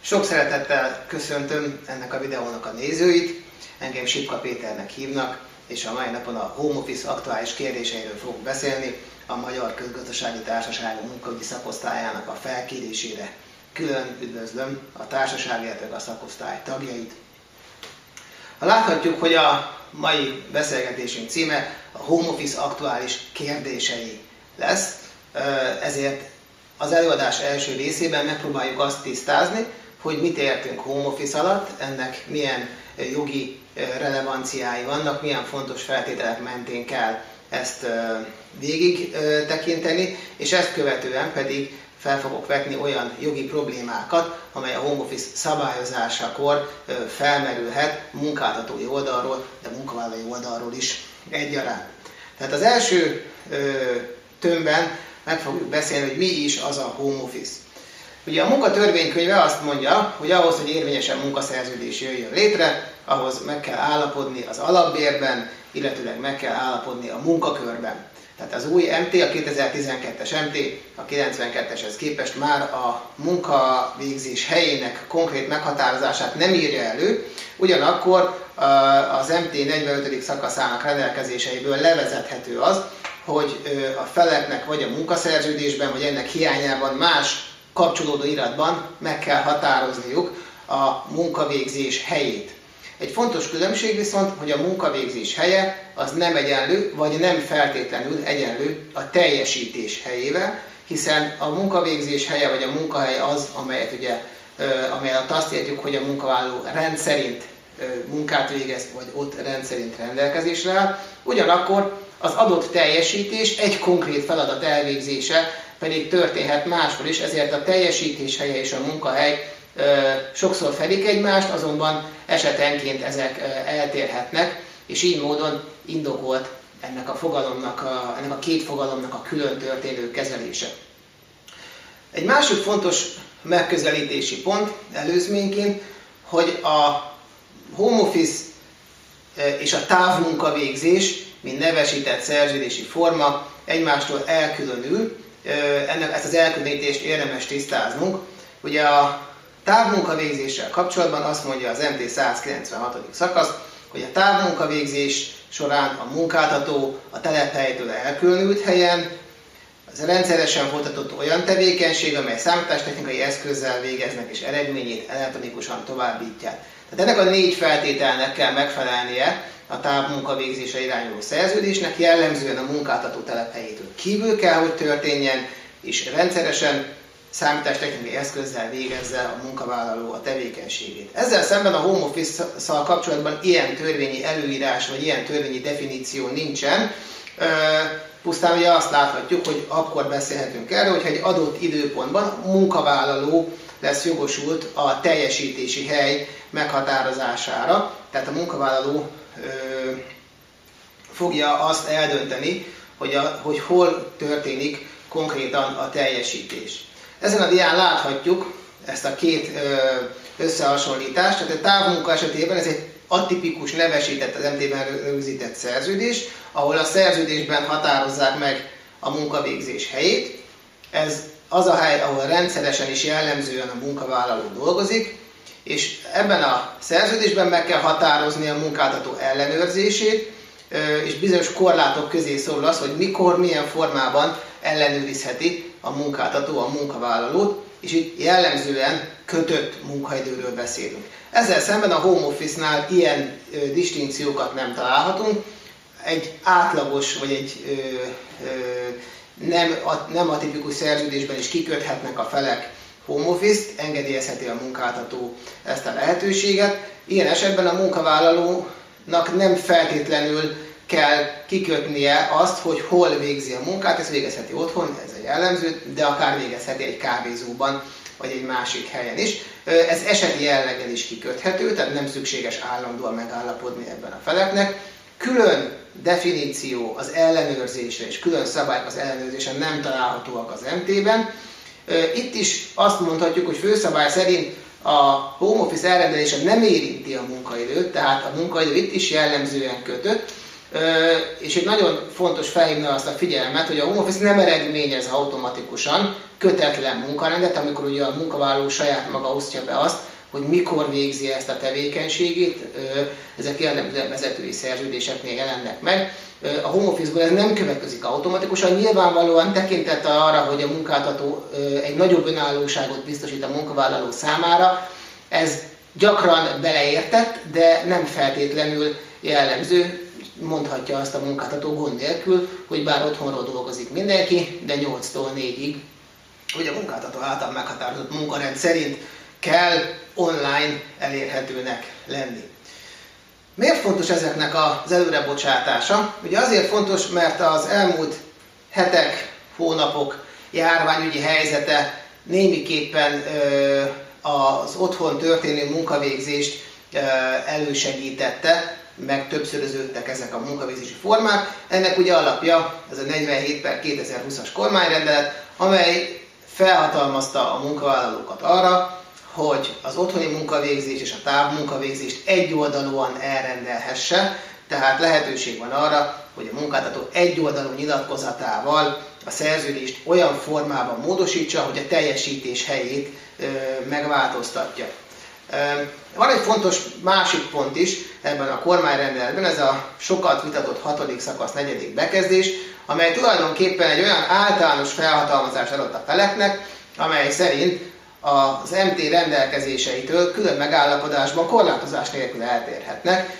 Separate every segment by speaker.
Speaker 1: Sok szeretettel köszöntöm ennek a videónak a nézőit, engem Sipka Péternek hívnak, és a mai napon a Home Office aktuális kérdéseiről fogok beszélni a Magyar Közgazdasági Társaság munkaügyi szakosztályának a felkérésére. Külön üdvözlöm a társaság, illetve a szakosztály tagjait. Láthatjuk, hogy a mai beszélgetésünk címe a Home Office aktuális kérdései lesz, ezért az előadás első részében megpróbáljuk azt tisztázni, hogy mit értünk Home Office alatt, ennek milyen jogi relevanciái vannak, milyen fontos feltételek mentén kell ezt végig tekinteni, és ezt követően pedig fel fogok vetni olyan jogi problémákat, amely a Home Office szabályozásakor felmerülhet munkáltatói oldalról, de munkavállalói oldalról is egyaránt. Tehát az első tömbben meg fogjuk beszélni, hogy mi is az a Home Office. Ugye a munkatörvénykönyve azt mondja, hogy ahhoz, hogy érvényesen munkaszerződés jöjjön létre, ahhoz meg kell állapodni az alapbérben, illetőleg meg kell állapodni a munkakörben. Tehát az új MT, a 2012-es MT, a 92-eshez képest már a munkavégzés helyének konkrét meghatározását nem írja elő, ugyanakkor az MT 45. szakaszának rendelkezéseiből levezethető az, hogy a feleknek vagy a munkaszerződésben, vagy ennek hiányában más kapcsolódó iratban meg kell határozniuk a munkavégzés helyét. Egy fontos különbség viszont, hogy a munkavégzés helye az nem egyenlő, vagy nem feltétlenül egyenlő a teljesítés helyével, hiszen a munkavégzés helye vagy a munkahely az, amelyet azt értjük, hogy a munkavállaló rendszerint munkát végez, vagy ott rendszerint rendelkezésre áll. Ugyanakkor az adott teljesítés egy konkrét feladat elvégzése pedig történhet máshol is, ezért a teljesítés helye és a munkahely sokszor fedik egymást, azonban esetenként ezek eltérhetnek, és így módon indokolt ennek a két fogalomnak a külön történő kezelése. Egy másik fontos megközelítési pont előzményként, hogy a Home Office és a távmunkavégzés, mint nevesített szerződési forma egymástól elkülönül. Ezt az elkülönítést érdemes tisztáznunk. Ugye a távmunkavégzéssel kapcsolatban azt mondja az MT 196. szakasz, hogy a távmunkavégzés során a munkáltató a telephelytől elkülönült helyen, az rendszeresen folytatott olyan tevékenység, amely számítástechnikai eszközzel végeznek és eredményét elektronikusan továbbítják. Tehát ennek a 4 feltételnek kell megfelelnie a távmunkavégzésre irányuló szerződésnek, jellemzően a munkáltató telephelyétől kívül kell, hogy történjen, és rendszeresen számítástechnikai eszközzel végezze a munkavállaló a tevékenységét. Ezzel szemben a Home Office-szal kapcsolatban ilyen törvényi előírás, vagy ilyen törvényi definíció nincsen. Pusztán ugye azt láthatjuk, hogy akkor beszélhetünk erről, hogyha egy adott időpontban a munkavállaló lesz jogosult a teljesítési hely meghatározására, tehát a munkavállaló fogja azt eldönteni, hogy hol történik konkrétan a teljesítés. Ezen a dián láthatjuk ezt a két összehasonlítást, tehát a távmunka esetében ez egy atipikus, nevesített, az MT-ben rögzített szerződés, ahol a szerződésben határozzák meg a munkavégzés helyét. Ez az a hely, ahol rendszeresen és jellemzően a munkavállaló dolgozik, és ebben a szerződésben meg kell határozni a munkáltató ellenőrzését, és bizonyos korlátok közé szorul az, hogy mikor, milyen formában ellenőrizheti a munkáltató a munkavállalót, és itt jellemzően kötött munkaidőről beszélünk. Ezzel szemben a Home Office-nál ilyen distinkciókat nem találhatunk. Egy átlagos, vagy egy nem atipikus szerződésben is kiköthetnek a felek Home Office-t, engedélyezheti a munkáltató ezt a lehetőséget. Ilyen esetben a munkavállalónak nem feltétlenül kell kikötnie azt, hogy hol végzi a munkát, ezt végezheti otthon, ez egy jellemző, de akár végezheti egy kávézóban, vagy egy másik helyen is. Ez eseti jelleggel is kiköthető, tehát nem szükséges állandóan megállapodni ebben a feleknek. Külön definíció az ellenőrzésre és külön szabályok az ellenőrzésen nem találhatóak az MT-ben. Itt is azt mondhatjuk, hogy főszabály szerint a Home Office elrendelése nem érinti a munkaidőt, tehát a munkaidő itt is jellemzően kötött. és itt nagyon fontos felhívni azt a figyelmet, hogy a home office nem eredményez automatikusan kötetlen munkarendet, amikor ugye a munkavállaló saját maga osztja be azt, hogy mikor végzi ezt a tevékenységét, ezek jellemzően vezetői szerződéseknél jelennek meg. A home office-ból ez nem következik automatikusan, nyilvánvalóan tekintettel arra, hogy a munkáltató egy nagyobb önállóságot biztosít a munkavállaló számára, ez gyakran beleértett, de nem feltétlenül jellemző, mondhatja azt a munkáltató gond nélkül, hogy bár otthonról dolgozik mindenki, de 8-tól 4-ig, hogy a munkáltató által meghatározott munkarend szerint kell online elérhetőnek lenni. Miért fontos ezeknek az előrebocsátása? Ugye azért fontos, mert az elmúlt hetek, hónapok járványügyi helyzete némiképpen az otthon történő munkavégzést elősegítette, meg többszöröződtek ezek a munkavégzési formák. Ennek ugye alapja ez a 47/2020-as kormányrendelet, amely felhatalmazta a munkavállalókat arra, hogy az otthoni munkavégzés és a távmunkavégzést egyoldalúan elrendelhesse, tehát lehetőség van arra, hogy a munkáltató egyoldalú nyilatkozatával a szerződést olyan formában módosítsa, hogy a teljesítés helyét megváltoztatja. Van egy fontos másik pont is ebben a kormányrendeletben, ez a sokat vitatott 6. szakasz 4. bekezdés, amely tulajdonképpen egy olyan általános felhatalmazást adott a feleknek, amely szerint az MT rendelkezéseitől külön megállapodásban korlátozás nélkül eltérhetnek.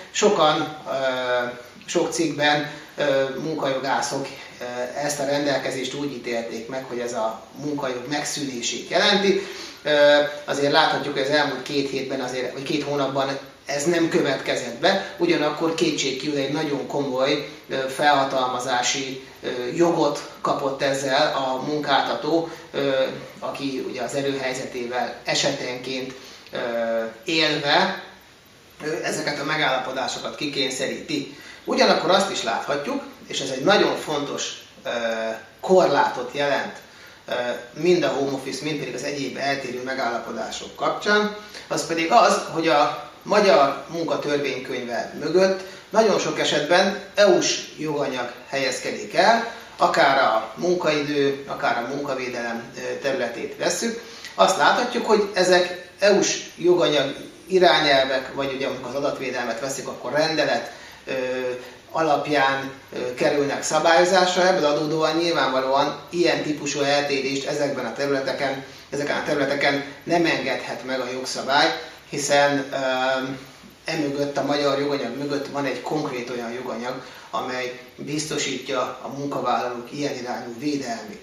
Speaker 1: Sok cikkben munkajogászok ezt a rendelkezést úgy ítélték meg, hogy ez a munkajog megszűnését jelenti. Azért láthatjuk, hogy az elmúlt 2 hétben, vagy 2 hónapban ez nem következett be, ugyanakkor kétségkívül egy nagyon komoly felhatalmazási jogot kapott ezzel a munkáltató, aki ugye az erőhelyzetével esetenként élve ezeket a megállapodásokat kikényszeríti. Ugyanakkor azt is láthatjuk, és ez egy nagyon fontos korlátot jelent mind a home office, mind pedig az egyéb eltérő megállapodások kapcsán, az pedig az, hogy a magyar munkatörvénykönyve mögött nagyon sok esetben EU-s joganyag helyezkedik el, akár a munkaidő, akár a munkavédelem területét vesszük. Azt láthatjuk, hogy ezek EU-s joganyag irányelvek, vagy ugye amikor az adatvédelmet veszik, akkor rendelet alapján kerülnek szabályozásra, ebből adódóan nyilvánvalóan ilyen típusú eltérést ezeken a területeken nem engedhet meg a jogszabály, hiszen emögött, a magyar joganyag mögött van egy konkrét olyan joganyag, amely biztosítja a munkavállalók ilyen irányú védelmét.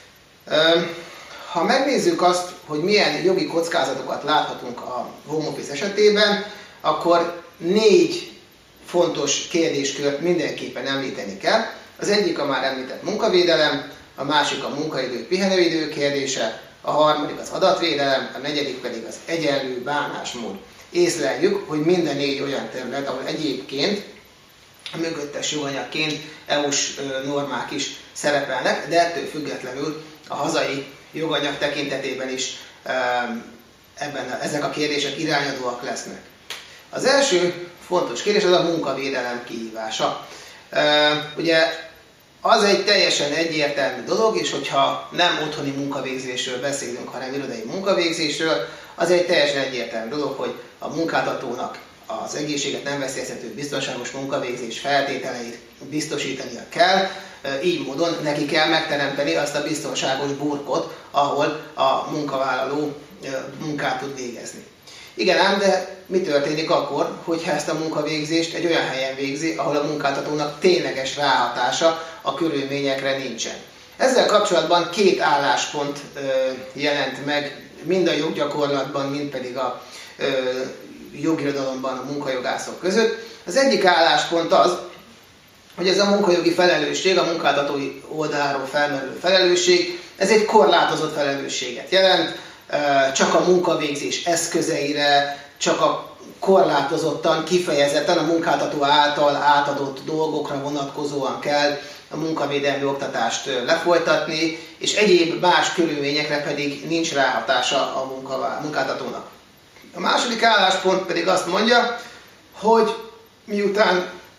Speaker 1: Ha megnézzük azt, hogy milyen jogi kockázatokat láthatunk a home office esetében, akkor 4 fontos kérdéskört mindenképpen említeni kell. Az egyik a már említett munkavédelem, a másik a munkaidő, pihenőidő kérdése, a harmadik az adatvédelem, a negyedik pedig az egyenlő bánásmód. Észleljük, hogy minden 4 olyan terület, ahol egyébként a mögöttes joganyagként EU-s normák is szerepelnek, de ettől függetlenül a hazai joganyag tekintetében is ezek a kérdések irányadóak lesznek. Az első fontos kérdés az a munkavédelem kihívása. Ugye az egy teljesen egyértelmű dolog, és hogyha nem otthoni munkavégzésről beszélünk, hanem irodai munkavégzésről, az egy teljesen egyértelmű dolog, hogy a munkáltatónak az egészséget nem veszélyeztető biztonságos munkavégzés feltételeit biztosítania kell, így módon neki kell megteremteni azt a biztonságos burkot, ahol a munkavállaló munkát tud végezni. Igen ám, de mi történik akkor, hogyha ezt a munkavégzést egy olyan helyen végzi, ahol a munkáltatónak tényleges ráhatása a körülményekre nincsen? Ezzel kapcsolatban 2 álláspont jelent meg, mind a joggyakorlatban, mind pedig a jogirodalomban a munkajogászok között. Az egyik álláspont az, hogy ez a munkajogi felelősség, a munkáltatói oldalról felmerülő felelősség, ez egy korlátozott felelősséget jelent, csak a munkavégzés eszközeire, csak a korlátozottan, kifejezetten a munkáltató által átadott dolgokra vonatkozóan kell a munkavédelmi oktatást lefolytatni, és egyéb más körülményekre pedig nincs ráhatása a munkáltatónak. A második álláspont pedig azt mondja, hogy miután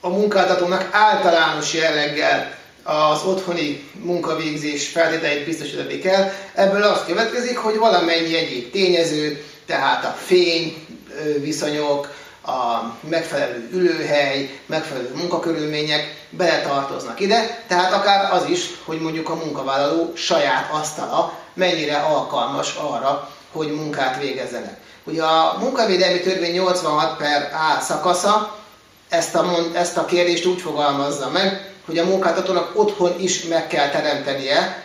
Speaker 1: a munkáltatónak általános jelleggel az otthoni munkavégzés feltételeit biztosítani kell. Ebből az következik, hogy valamennyi egyéb tényező, tehát a fény viszonyok, a megfelelő ülőhely, megfelelő munkakörülmények beletartoznak ide, tehát akár az is, hogy mondjuk a munkavállaló saját asztala mennyire alkalmas arra, hogy munkát végezzenek. Ugye a munkavédelmi törvény 86/A szakasza ezt a kérdést úgy fogalmazza meg, hogy a munkáltatónak otthon is meg kell teremtenie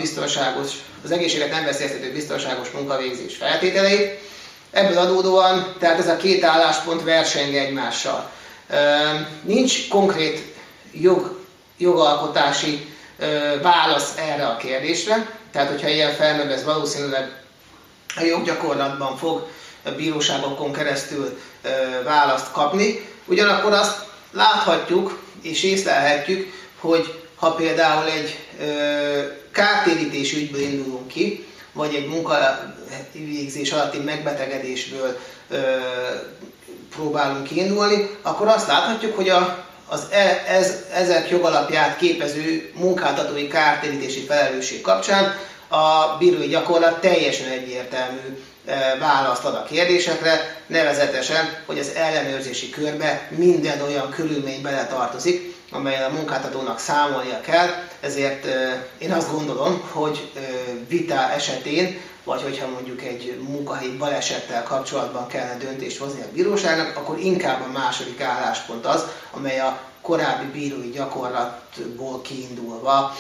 Speaker 1: az egészséget nem veszélyeztető biztonságos munkavégzés feltételeit. Ebből adódóan, tehát ez a két álláspont verseng egymással. Nincs konkrét jogalkotási válasz erre a kérdésre, tehát hogyha ilyen felmerül, ez valószínűleg a joggyakorlatban fog a bíróságokon keresztül választ kapni. Ugyanakkor azt láthatjuk és észlelhetjük, hogy ha például egy kártérítés ügyből indulunk ki, vagy egy munkavégzés alatti megbetegedésből próbálunk kiindulni, akkor azt láthatjuk, hogy ezek jogalapját képező munkáltatói kártérítési felelősség kapcsán a bírói gyakorlat teljesen egyértelmű választ ad a kérdésekre, nevezetesen, hogy az ellenőrzési körbe minden olyan körülmény beletartozik, amelyen a munkáltatónak számolnia kell, ezért én azt gondolom, hogy vita esetén, vagy hogyha mondjuk egy munkahelyi balesettel kapcsolatban kellene döntést hozni a bíróságnak, akkor inkább a második álláspont az, amely a korábbi bírói gyakorlatból kiindulva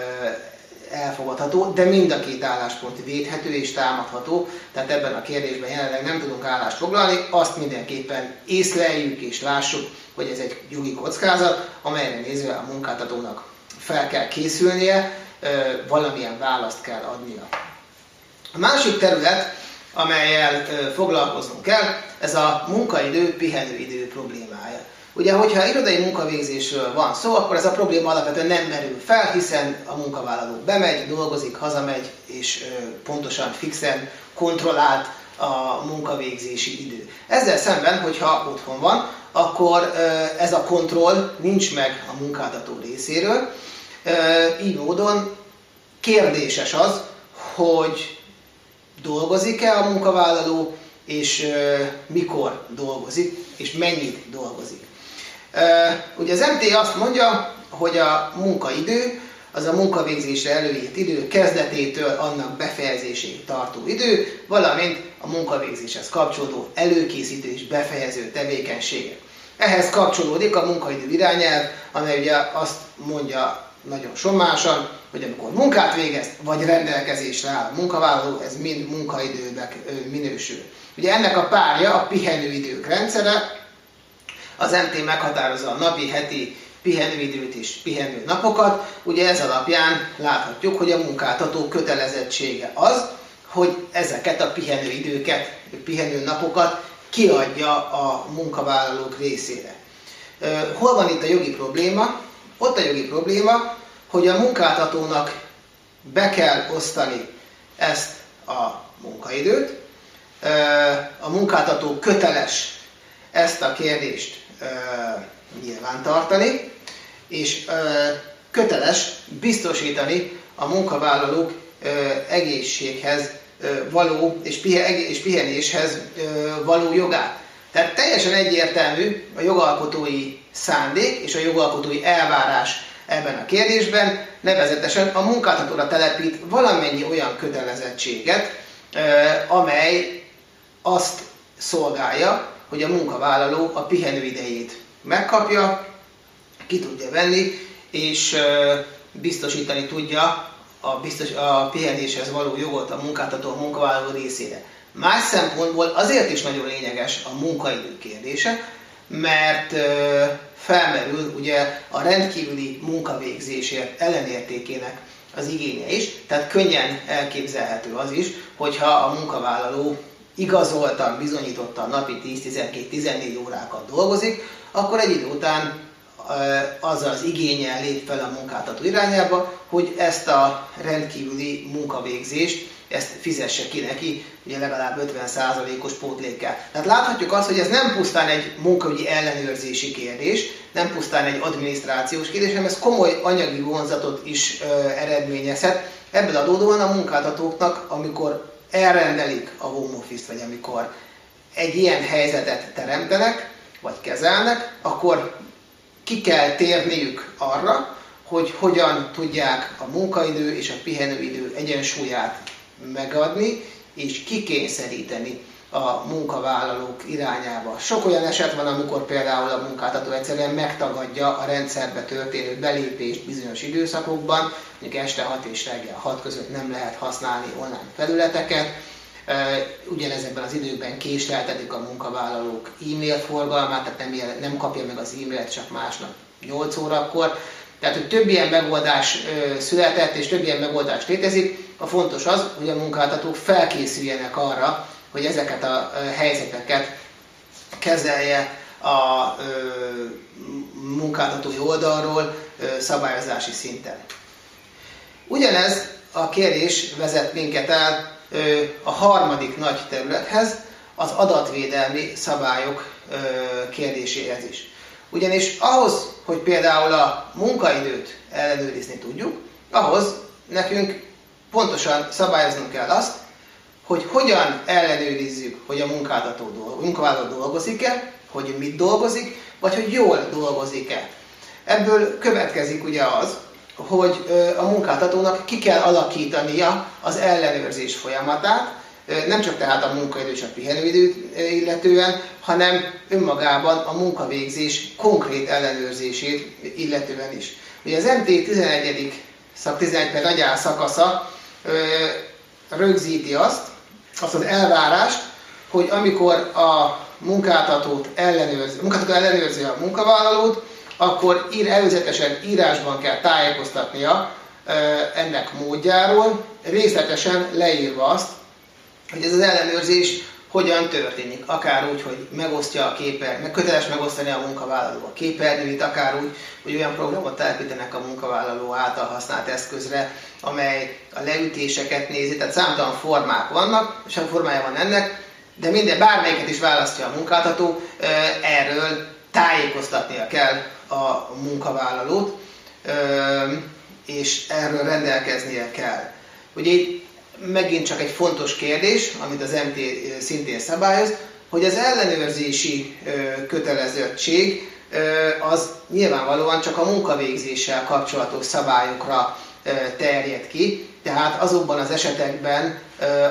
Speaker 1: elfogadható, de mind a két álláspont védhető és támadható, tehát ebben a kérdésben jelenleg nem tudunk állást foglalni, azt mindenképpen észleljük és lássuk, hogy ez egy jogi kockázat, amelyre nézve a munkáltatónak fel kell készülnie, valamilyen választ kell adnia. A másik terület, amellyel foglalkoznunk kell, ez a munkaidő, pihenőidő problémája. Ugye, hogyha irodai munkavégzésről van szó, akkor ez a probléma alapvetően nem merül fel, hiszen a munkavállaló bemegy, dolgozik, hazamegy, és pontosan fixen kontrollált a munkavégzési idő. Ezzel szemben, hogyha otthon van, akkor ez a kontroll nincs meg a munkáltató részéről. Így módon kérdéses az, hogy dolgozik-e a munkavállaló, és mikor dolgozik, és mennyit dolgozik. Ugye az MT azt mondja, hogy a munkaidő az a munkavégzésre előírt idő kezdetétől annak befejezéséig tartó idő, valamint a munkavégzéshez kapcsolódó előkészítő és befejező tevékenységek. Ehhez kapcsolódik a munkaidő irányelv, amely ugye azt mondja nagyon sommásan, hogy amikor munkát végez, vagy rendelkezésre áll a munkavállaló, ez mind munkaidőnek minősül. Ugye ennek a párja a pihenőidők rendszere, az MT meghatározza a napi, heti pihenőidőt és pihenőnapokat. Ugye ez alapján láthatjuk, hogy a munkáltató kötelezettsége az, hogy ezeket a pihenőidőket, pihenőnapokat kiadja a munkavállalók részére. Hol van itt a jogi probléma? Ott a jogi probléma, hogy a munkáltatónak be kell osztani ezt a munkaidőt, a munkáltató köteles ezt a kérdést nyilvántartani, és köteles biztosítani a munkavállalók egészséghez való és pihenéshez való jogát. Tehát teljesen egyértelmű a jogalkotói szándék és a jogalkotói elvárás ebben a kérdésben, nevezetesen a munkáltatóra telepít valamennyi olyan kötelezettséget, amely azt szolgálja, hogy a munkavállaló a pihenőidejét megkapja, ki tudja venni, és biztosítani tudja a pihenéshez való jogot a munkáltató a munkavállaló részére. Más szempontból azért is nagyon lényeges a munkaidő kérdése, mert felmerül ugye a rendkívüli munkavégzésért ellenértékének az igénye is, tehát könnyen elképzelhető az is, hogyha a munkavállaló igazoltan, bizonyítottan napi 10-12-14 órákat dolgozik, akkor egy idő után azzal az igénnyel lép fel a munkáltató irányába, hogy ezt a rendkívüli munkavégzést ezt fizesse ki neki, ugye legalább 50%-os pótlékkel. Tehát láthatjuk azt, hogy ez nem pusztán egy munkaügyi ellenőrzési kérdés, nem pusztán egy adminisztrációs kérdés, hanem ez komoly anyagi vonzatot is eredményezhet. Ebből adódóan a munkáltatóknak, amikor elrendelik a home office-t, vagy amikor egy ilyen helyzetet teremtenek, vagy kezelnek, akkor ki kell térniük arra, hogy hogyan tudják a munkaidő és a pihenőidő egyensúlyát megadni, és kikényszeríteni a munkavállalók irányába. Sok olyan eset van, amikor például a munkáltató egyszerűen megtagadja a rendszerbe történő belépést bizonyos időszakokban, mondjuk este 6 és reggel 6 között nem lehet használni online felületeket, ugyanezekben az időkben késleltetik a munkavállalók e-mail forgalmát, tehát nem kapja meg az e-mailt csak másnap 8 órakor. Tehát, hogy több ilyen megoldás született, és több ilyen megoldás létezik, a fontos az, hogy a munkáltatók felkészüljenek arra, hogy ezeket a helyzeteket kezelje a munkáltatói oldalról szabályozási szinten. Ugyanez a kérdés vezet minket el a harmadik nagy területhez, az adatvédelmi szabályok kérdéséhez is. Ugyanis ahhoz, hogy például a munkaidőt ellenőrizni tudjuk, ahhoz nekünk pontosan szabályoznunk kell azt, hogy hogyan ellenőrizzük, hogy a munkavállaló dolgozik-e, hogy mit dolgozik, vagy hogy jól dolgozik-e. Ebből következik ugye az, hogy a munkáltatónak ki kell alakítania az ellenőrzés folyamatát, nem csak tehát a munkaidő és a pihenőidőt illetően, hanem önmagában a munkavégzés konkrét ellenőrzését illetően is. Ugye az MT 11. 11 per nagy szakasza rögzíti azt az elvárást, hogy amikor a munkáltató ellenőrzi a munkavállalót, akkor előzetesen írásban kell tájékoztatnia ennek módjáról, részletesen leírva azt, hogy ez az ellenőrzés hogyan történik. Akár úgy, hogy megosztja a képernyőt, köteles megosztani a munkavállaló a képernyőit, akár úgy, hogy olyan programot telepítenek a munkavállaló által használt eszközre, amely a leütéseket nézi, tehát számtalan formák vannak, és a formája van ennek, de bármelyiket is választja a munkáltató, erről tájékoztatnia kell a munkavállalót, és erről rendelkeznie kell. Ugye itt megint csak egy fontos kérdés, amit az MT szintén szabályoz, hogy az ellenőrzési kötelezettség az nyilvánvalóan csak a munkavégzéssel kapcsolatos szabályokra terjed ki, tehát azokban az esetekben,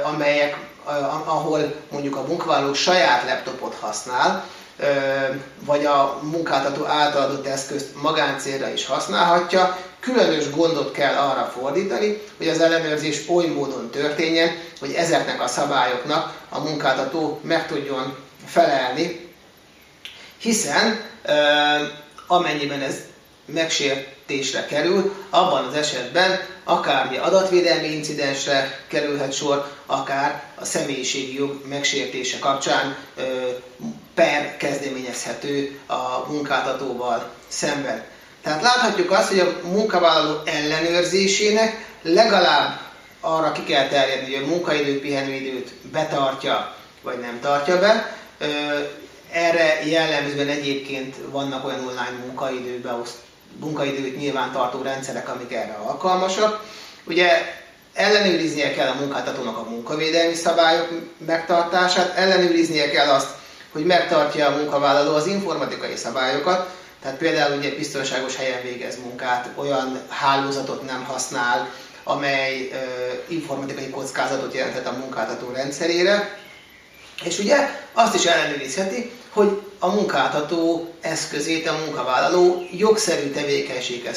Speaker 1: ahol mondjuk a munkavállaló saját laptopot használ, vagy a munkáltató által adott eszközt magáncélra is használhatja, különös gondot kell arra fordítani, hogy az ellenőrzés oly módon történjen, hogy ezeknek a szabályoknak a munkáltató meg tudjon felelni, hiszen amennyiben ez megsértésre kerül, abban az esetben akár adatvédelmi incidensre kerülhet sor, akár a személyiségi jog megsértése kapcsán per kezdeményezhető a munkáltatóval szemben. Tehát láthatjuk azt, hogy a munkavállaló ellenőrzésének legalább arra ki kell terjedni, hogy a munkaidő, pihenőidőt betartja, vagy nem tartja be. Erre jellemzően egyébként vannak olyan online munkaidőt nyilvántartó rendszerek, amik erre alkalmasak. Ugye ellenőriznie kell a munkáltatónak a munkavédelmi szabályok megtartását, ellenőriznie kell azt, hogy megtartja a munkavállaló az informatikai szabályokat, tehát például ugye biztonságos helyen végez munkát, olyan hálózatot nem használ, amely informatikai kockázatot jelenthet a munkáltató rendszerére, és ugye azt is ellenőrizheti, hogy a munkáltató eszközét a munkavállaló jogszerű tevékenységre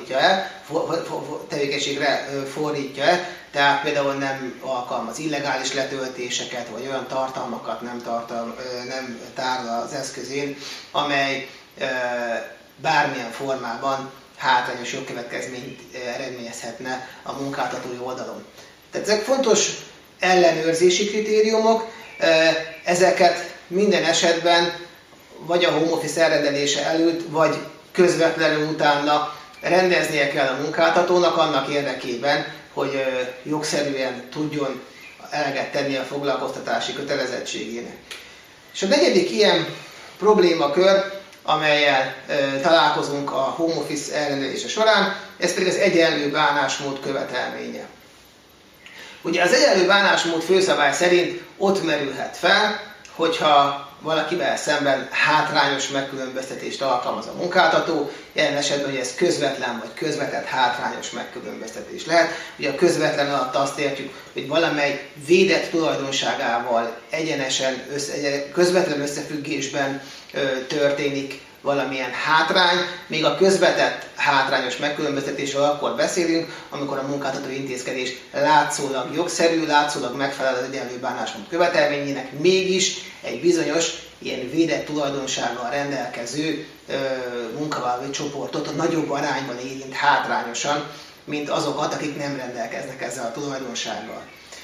Speaker 1: fordítja-e, tehát például nem alkalmaz illegális letöltéseket, vagy olyan tartalmakat nem tárol az eszközén, amely bármilyen formában hátrányos jogkövetkezményt eredményezhetne a munkáltatói oldalon. Tehát ezek fontos ellenőrzési kritériumok, ezeket minden esetben vagy a home office elrendelése előtt, vagy közvetlenül utána rendeznie kell a munkáltatónak annak érdekében, hogy jogszerűen tudjon eleget tenni a foglalkoztatási kötelezettségének. És a negyedik ilyen problémakör, amellyel találkozunk a home office elrendelése során, ez pedig az egyenlő bánásmód követelménye. Ugye az egyenlő bánásmód főszabály szerint ott merülhet fel, hogyha valakivel szemben hátrányos megkülönböztetést alkalmaz a munkáltató, jelen esetben, hogy ez közvetlen vagy közvetett hátrányos megkülönböztetés lehet. Ugye a közvetlen alatt azt értjük, hogy valamely védett tulajdonságával egyenesen, közvetlen összefüggésben történik valamilyen hátrány, míg a közvetett hátrányos megkülönböztetésről akkor beszélünk, amikor a munkáltató intézkedés látszólag jogszerű, látszólag megfelel az egyenlő bánásmód követelményének, mégis egy bizonyos ilyen védett tulajdonsággal rendelkező munkavállalói csoportot a nagyobb arányban érint hátrányosan, mint azokat, akik nem rendelkeznek ezzel a tulajdonsággal.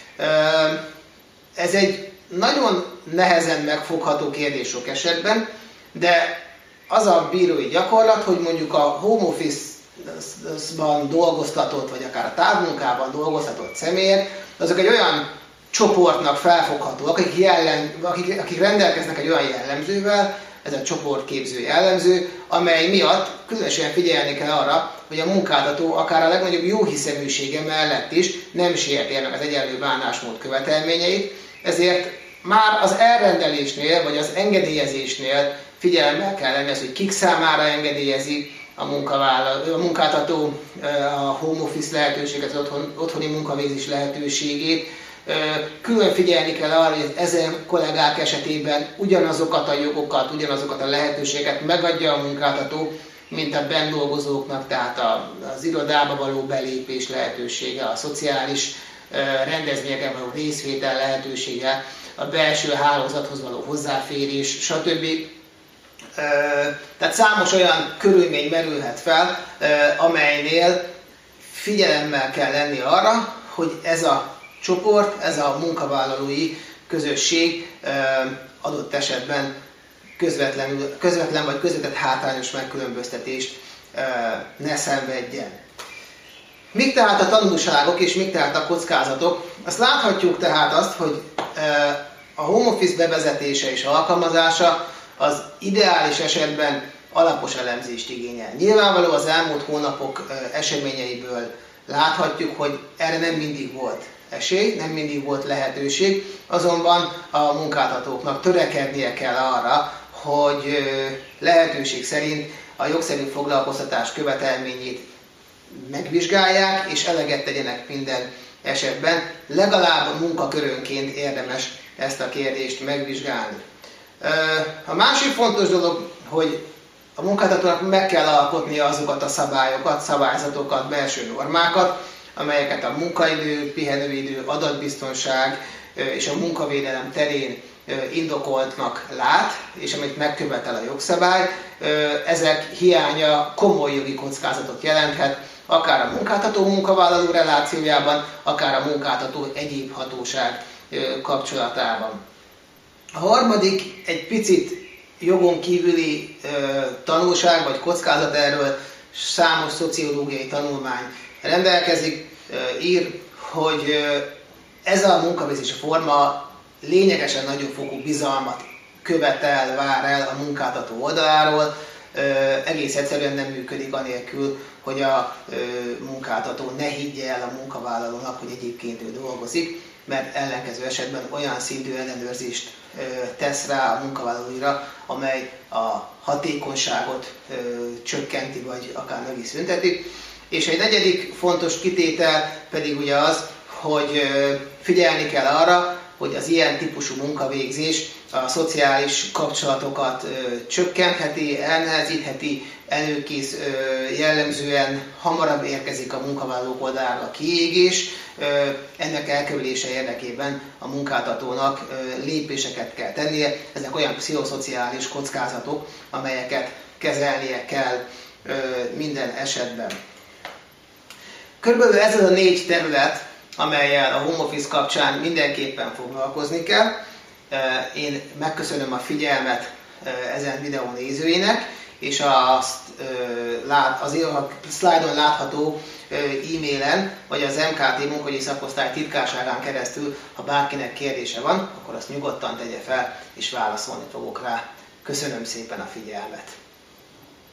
Speaker 1: Ez egy nagyon nehezen megfogható kérdés sok esetben, de az a bírói gyakorlat, hogy mondjuk a home office-ban dolgoztatott, vagy akár a távmunkában dolgoztatott személyek, azok egy olyan csoportnak felfoghatóak, akik rendelkeznek egy olyan jellemzővel, ez a csoportképző jellemző, amely miatt különösen figyelni kell arra, hogy a munkáltató akár a legnagyobb jóhiszeműsége mellett is nem sérti meg az egyenlő bánásmód követelményeit, ezért már az elrendelésnél, vagy az engedélyezésnél figyelemmel kell lenni az, hogy kik számára engedélyezi a munkáltató a home office lehetőséget, az otthoni munkavégzés lehetőségét. Külön figyelni kell arra, hogy ezen kollégák esetében ugyanazokat a jogokat, ugyanazokat a lehetőségeket megadja a munkáltató, mint a benn dolgozóknak, tehát az irodába való belépés lehetősége, a szociális rendezvényeken való részvétel lehetősége, a belső hálózathoz való hozzáférés, stb. Tehát számos olyan körülmény merülhet fel, amelynél figyelemmel kell lenni arra, hogy ez a csoport, ez a munkavállalói közösség adott esetben közvetlen vagy közvetett hátrányos megkülönböztetést ne szenvedjen. Mik tehát a tanulságok és mik tehát a kockázatok? Azt láthatjuk tehát azt, hogy a home office bevezetése és alkalmazása az ideális esetben alapos elemzést igényel. Nyilvánvaló az elmúlt hónapok eseményeiből láthatjuk, hogy erre nem mindig volt esély, nem mindig volt lehetőség, azonban a munkáltatóknak törekednie kell arra, hogy lehetőség szerint a jogszerű foglalkoztatás követelményét megvizsgálják, és eleget tegyenek minden esetben. Legalább munkakörönként érdemes ezt a kérdést megvizsgálni. A másik fontos dolog, hogy a munkáltatónak meg kell alkotnia azokat a szabályokat, szabályzatokat, belső normákat, amelyeket a munkaidő, pihenőidő, adatbiztonság és a munkavédelem terén indokoltnak lát, és amit megkövetel a jogszabály. Ezek hiánya komoly jogi kockázatot jelenthet, akár a munkáltató-munkavállaló relációjában, akár a munkáltató egyéb hatóság kapcsolatában. A harmadik egy picit jogon kívüli tanulság vagy kockázat, erről számos szociológiai tanulmány rendelkezik, ír, hogy ez a munkavégzési forma lényegesen nagyobb fokú bizalmat követel, vár el a munkáltató oldaláról, egész egyszerűen nem működik anélkül, hogy a munkáltató ne higgye el a munkavállalónak, hogy egyébként ő dolgozik, mert ellenkező esetben olyan szintű ellenőrzést tesz rá a munkavállalóira, amely a hatékonyságot csökkenti, vagy akár meg is szünteti. És egy negyedik fontos kitétel pedig ugye az, hogy figyelni kell arra, hogy az ilyen típusú munkavégzés a szociális kapcsolatokat csökkentheti, elnehezítheti, előkész, jellemzően hamarabb érkezik a munkavállalók oldalára a kiégés. Ennek elkerülése érdekében a munkáltatónak lépéseket kell tennie. Ezek olyan pszichoszociális kockázatok, amelyeket kezelnie kell minden esetben. Körülbelül ez az a 4 terület, amellyel a home office kapcsán mindenképpen foglalkozni kell. Én megköszönöm a figyelmet ezen videó nézőinek, és azt a szlájdon látható e-mailen, vagy az MKT munkahogyi szakosztály titkárságán keresztül, ha bárkinek kérdése van, akkor azt nyugodtan tegye fel, és válaszolni fogok rá. Köszönöm szépen a figyelmet!